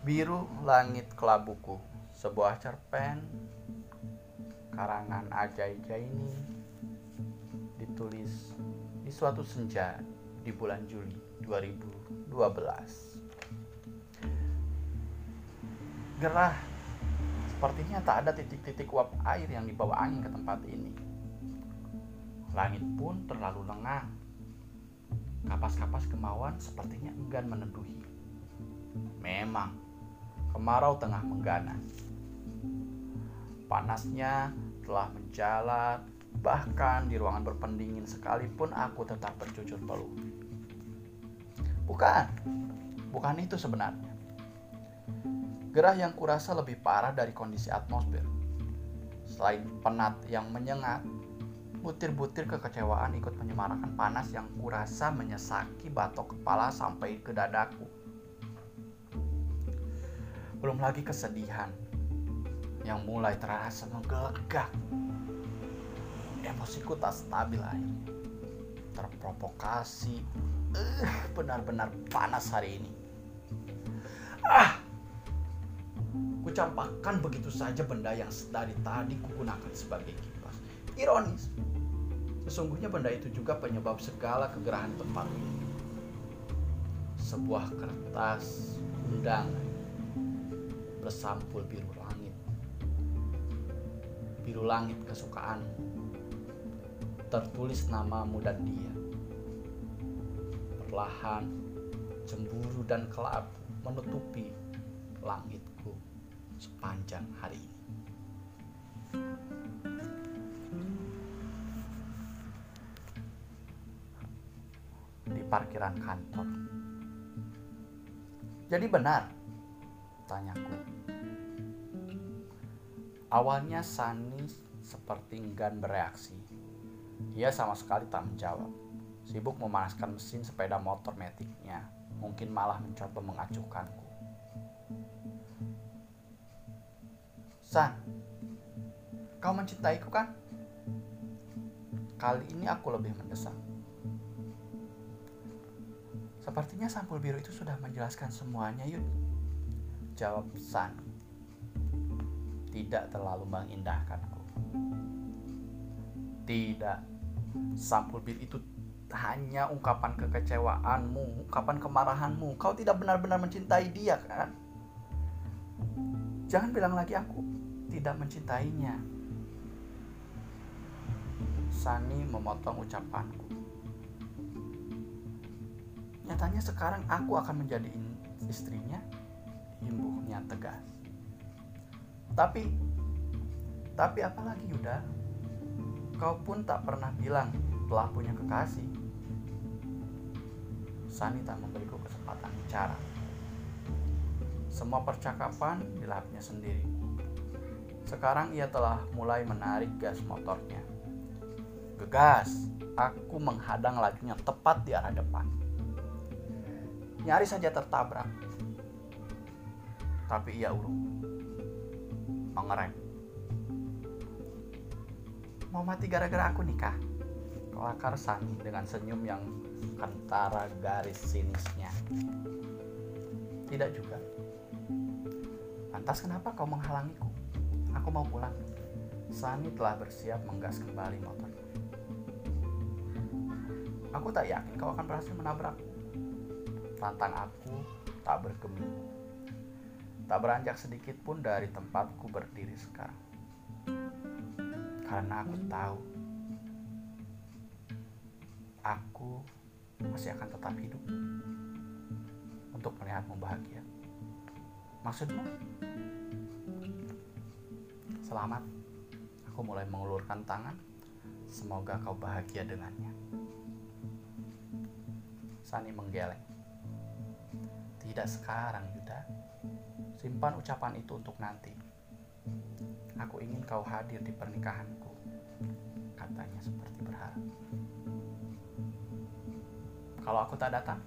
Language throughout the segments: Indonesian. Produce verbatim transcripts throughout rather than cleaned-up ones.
Biru Langit Kelabuku, sebuah cerpen karangan Ajay Jaini, ditulis di suatu senja di bulan Juli dua ribu dua belas. Gerah, sepertinya tak ada titik-titik uap air yang dibawa angin ke tempat ini. Langit pun terlalu lengang. Kapas-kapas kemauan sepertinya enggan meneduhi. Memang kemarau tengah mengganas. Panasnya telah menjalar, bahkan di ruangan berpendingin sekalipun aku tetap bercucur peluh. Bukan, bukan itu sebenarnya. Gerah yang kurasa lebih parah dari kondisi atmosfer. Selain penat yang menyengat, butir-butir kekecewaan ikut menyemarakan panas yang kurasa menyesaki batok kepala sampai ke dadaku. Belum lagi kesedihan yang mulai terasa menggelegak. Emosiku tak stabil akhirnya. Terprovokasi. Uh, benar-benar panas hari ini. Ah! Kucampakkan begitu saja benda yang dari tadi kugunakan sebagai kipas. Ironis. Sesungguhnya benda itu juga penyebab segala kegerahan tempat ini. Sebuah kertas undangan bersampul biru langit. Biru langit kesukaanmu. Tertulis namamu dan dia. Perlahan, cemburu dan kelabu menutupi langitku sepanjang hari ini. Di parkiran kantor. Jadi benar, tanyaku. Awalnya Sani seperti enggan bereaksi. Ia sama sekali tak menjawab. Sibuk memanaskan mesin sepeda motor metiknya. Mungkin malah mencoba mengacuhkanku. San, kau mencintaiku kan? Kali ini aku lebih mendesak. Sepertinya sampul biru itu sudah menjelaskan semuanya, Yud. Jawab San. Tidak terlalu mengindahkanku. Tidak. Sampul biru itu hanya ungkapan kekecewaanmu, ungkapan kemarahanmu. Kau tidak benar-benar mencintai dia, kan? Jangan bilang lagi aku tidak mencintainya. Sani memotong ucapanku. Nyatanya sekarang aku akan menjadi istrinya, imbuhnya tegas. Tapi, tapi apa lagi Yuda? Kau pun tak pernah bilang telah punya kekasih. Sani tak memberiku kesempatan bicara. Semua percakapan dilahapnya sendiri. Sekarang ia telah mulai menarik gas motornya. Gegas, aku menghadang lajunya tepat di arah depan. Nyaris saja tertabrak. Tapi ia urung. Mengerem. Mau mati gara-gara aku nikah? Kelakar Sani dengan senyum yang kentara garis sinisnya. Tidak juga. Lantas kenapa kau menghalangiku? Aku mau pulang. Sani telah bersiap menggas kembali motornya. Aku tak yakin kau akan berhasil menabrak. Tantang aku tak bergeming. Tak beranjak sedikit pun dari tempatku berdiri sekarang. Karena aku tahu aku masih akan tetap hidup untuk melihatmu bahagia. Maksudmu? Selamat. Aku mulai mengulurkan tangan. Semoga kau bahagia dengannya. Sani menggeleng. Tidak sekarang, Yuda. Simpan ucapan itu untuk nanti. Aku ingin kau hadir di pernikahanku, katanya seperti berharap. Kalau aku tak datang?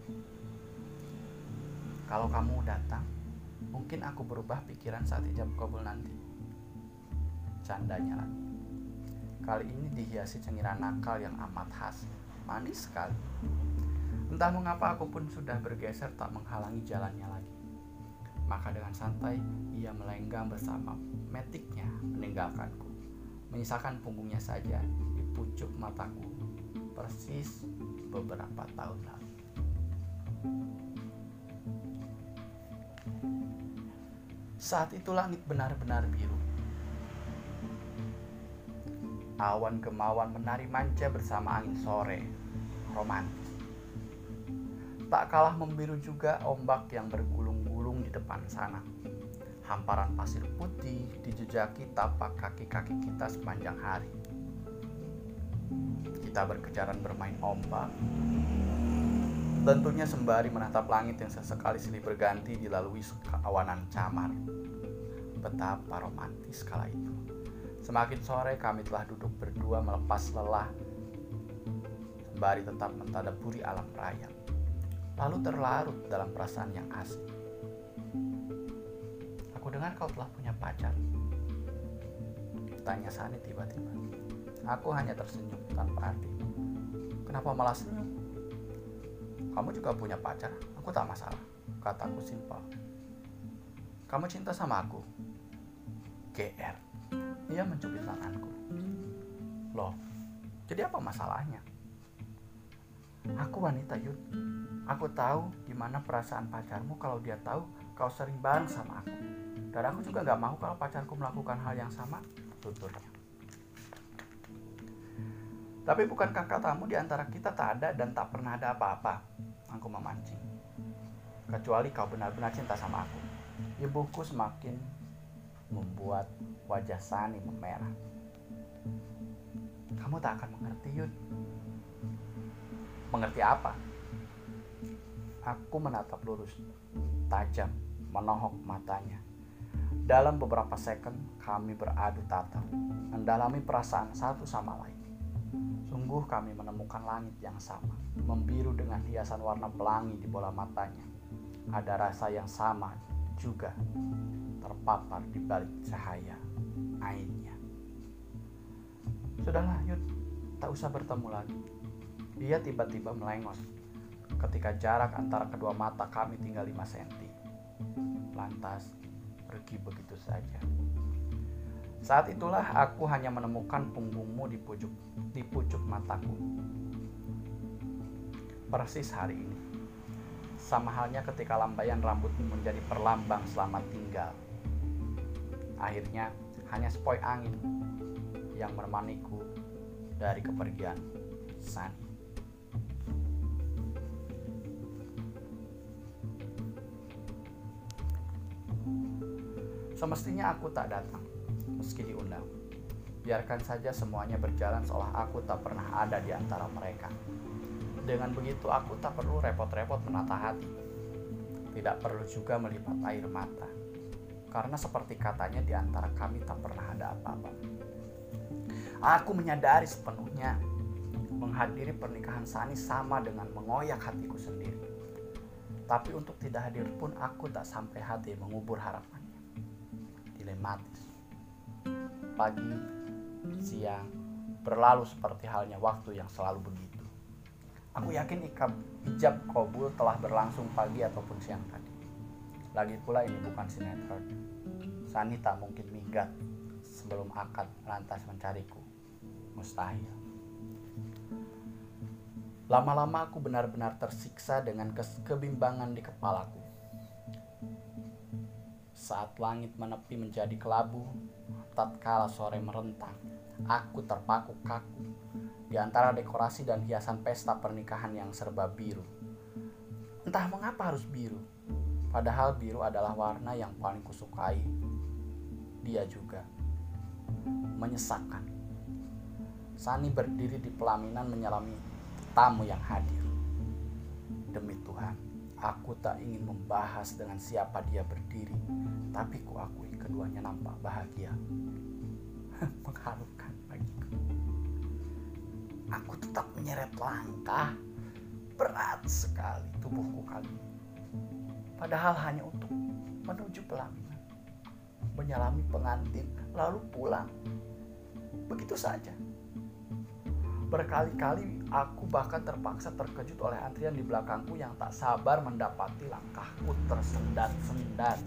Kalau kamu datang, mungkin aku berubah pikiran saat ijab kabul nanti. Candanya lagi. Kali ini dihiasi cengiran nakal yang amat khas. Manis sekali. Entah mengapa aku pun sudah bergeser tak menghalangi jalannya lagi. Maka dengan santai ia melenggang bersama metiknya meninggalkanku, menyisakan punggungnya saja di pucuk mataku persis beberapa tahun lalu. Saat itu langit benar-benar biru. Awan gemawan menari manja bersama angin sore, romantis. Tak kalah membiru juga ombak yang bergulung-gulung di depan sana. Hamparan pasir putih dijejaki tapak kaki-kaki kita sepanjang hari. Kita berkejaran bermain ombak, tentunya sembari menatap langit yang sesekali silih berganti dilalui keawanan camar. Betapa romantis kala itu. Semakin sore kami telah duduk berdua melepas lelah, sembari tetap mentadaburi alam raya, lalu terlarut dalam perasaan yang asik. Aku dengar kau telah punya pacar, tanya Sani tiba-tiba. Aku hanya tersenyum tanpa arti. Kenapa malah senyum? Kamu juga punya pacar, aku tak masalah, kataku simpel. Kamu cinta sama aku? G R. Ia mencubit tanganku. Loh, jadi apa masalahnya? Aku wanita, Yud. Aku tahu gimana perasaan pacarmu kalau dia tahu kau sering bareng sama aku. Dan aku juga gak mau kalau pacarku melakukan hal yang sama, tuturnya. Tapi bukankah katamu di antara kita tak ada dan tak pernah ada apa-apa? Aku memancing. Kecuali kau benar-benar cinta sama aku. Ibuku semakin membuat wajah Sani memerah. Kamu tak akan mengerti, Yud. Mengerti apa? Aku menatap lurus, tajam, menohok matanya. Dalam beberapa second kami beradu tatap, mendalami perasaan satu sama lain. Sungguh kami menemukan langit yang sama, membiru dengan hiasan warna pelangi di bola matanya. Ada rasa yang sama juga terpapar di balik cahaya ainnya. Sudahlah, Yud, tak usah bertemu lagi. Dia tiba-tiba melengos ketika jarak antara kedua mata kami tinggal lima sentimeter. Lantas pergi begitu saja. Saat itulah aku hanya menemukan punggungmu di pucuk di pucuk mataku. Persis hari ini. Sama halnya ketika lambaian rambutmu menjadi perlambang selamat tinggal. Akhirnya hanya sepoi angin yang menemaniku dari kepergian Sani. Semestinya aku tak datang, meski diundang. Biarkan saja semuanya berjalan seolah aku tak pernah ada di antara mereka. Dengan begitu aku tak perlu repot-repot menata hati. Tidak perlu juga melipat air mata. Karena seperti katanya di antara kami tak pernah ada apa-apa. Aku menyadari sepenuhnya menghadiri pernikahan Sani sama dengan mengoyak hatiku sendiri. Tapi untuk tidak hadir pun aku tak sampai hati mengubur harapannya. Dilematis. Pagi, siang, berlalu seperti halnya waktu yang selalu begitu. Aku yakin ikab ijab kabul telah berlangsung pagi ataupun siang tadi. Lagi pula ini bukan sinetron. Sani tak mungkin minggat sebelum akad lantas mencariku. Mustahil. Lama-lama aku benar-benar tersiksa dengan kebimbangan di kepalaku. Saat langit menepi menjadi kelabu, tatkala sore merentang, aku terpaku kaku di antara dekorasi dan hiasan pesta pernikahan yang serba biru. Entah mengapa harus biru, padahal biru adalah warna yang paling kusukai. Dia juga menyesakkan. Sani berdiri di pelaminan menyelami tamu yang hadir. Demi Tuhan, aku tak ingin membahas dengan siapa dia berdiri, tapi kuakui keduanya nampak bahagia. Mengharukan bagiku. Aku tetap menyeret langkah. Berat sekali tubuhku kali ini. Padahal hanya untuk menuju pelaminan, menyalami pengantin, lalu pulang. Begitu saja. Berkali-kali aku bahkan terpaksa terkejut oleh antrian di belakangku yang tak sabar mendapati langkahku tersendat-sendat.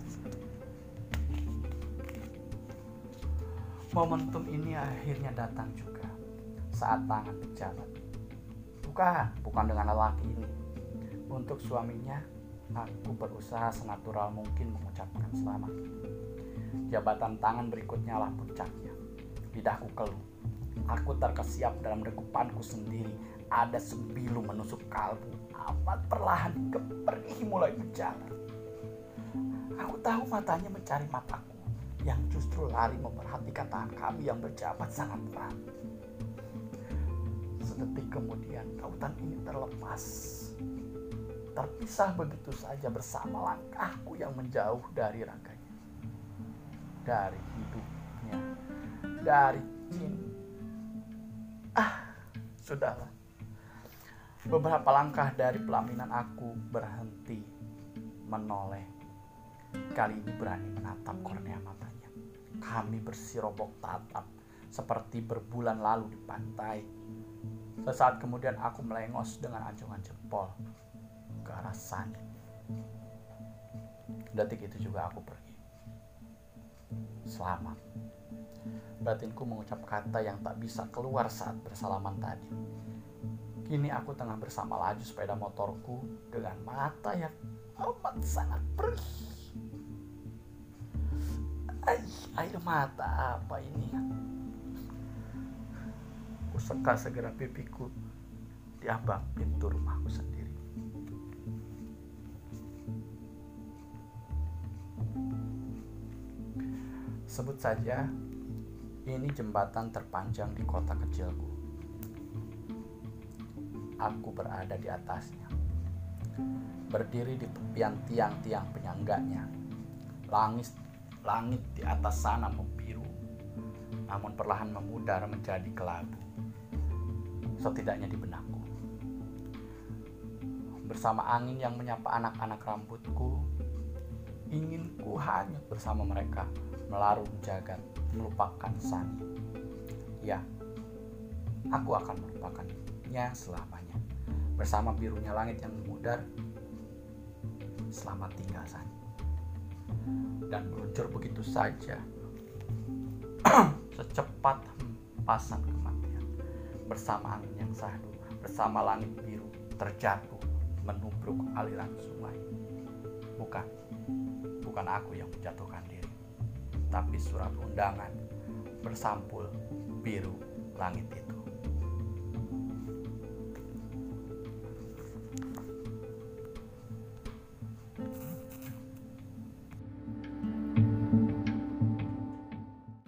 Momentum ini akhirnya datang juga saat tangan pejabat. Bukan, bukan dengan lelaki ini. Untuk suaminya, aku berusaha senatural mungkin mengucapkan selamat. Jabatan tangan berikutnya lah puncaknya. Lidahku keluh. Aku terkesiap dalam degupanku sendiri. Ada sembilu menusuk kalbu. Amat perlahan keperih mulai berjalan. Aku tahu matanya mencari mataku, yang justru lari memperhatikan tangan kami yang berjabat sangat erat. Sedetik kemudian tautan ini terlepas, terpisah begitu saja bersama langkahku yang menjauh dari raganya, dari hidupnya, dari cinta. Ah, sudahlah. Beberapa langkah dari pelaminan aku berhenti menoleh. Kali ini berani menatap kornea matanya. Kami bersirobok tatap seperti berbulan lalu di pantai. Sesaat kemudian aku melengos dengan acungan jempol ke arah Sani. Detik itu juga aku pergi. Selamat. Batinku mengucap kata yang tak bisa keluar saat bersalaman tadi. Kini aku tengah bersama laju sepeda motorku dengan mata yang amat sangat perih. Ay, air mata apa ini? Kuseka segera pipiku di ambang pintu rumahku sendiri. Sebut saja ini jembatan terpanjang di kota kecilku. Aku berada di atasnya, berdiri di tepian tiang-tiang penyangganya. Langit, langit di atas sana membiru, namun perlahan memudar menjadi kelabu. Setidaknya di benakku. Bersama angin yang menyapa anak-anak rambutku, ingin ku hanyut bersama mereka, melarung jagat, melupakan Sani. Ya, aku akan melupakannya selamanya. Bersama birunya langit yang memudar, selamat tinggal Sani. Dan meluncur begitu saja, secepat hempasan kematian. Bersama angin yang sahdu, bersama langit biru, terjatuh, menubruk aliran sungai. Bukan, bukan aku yang menjatuhkan diri, tapi surat undangan bersampul biru langit itu.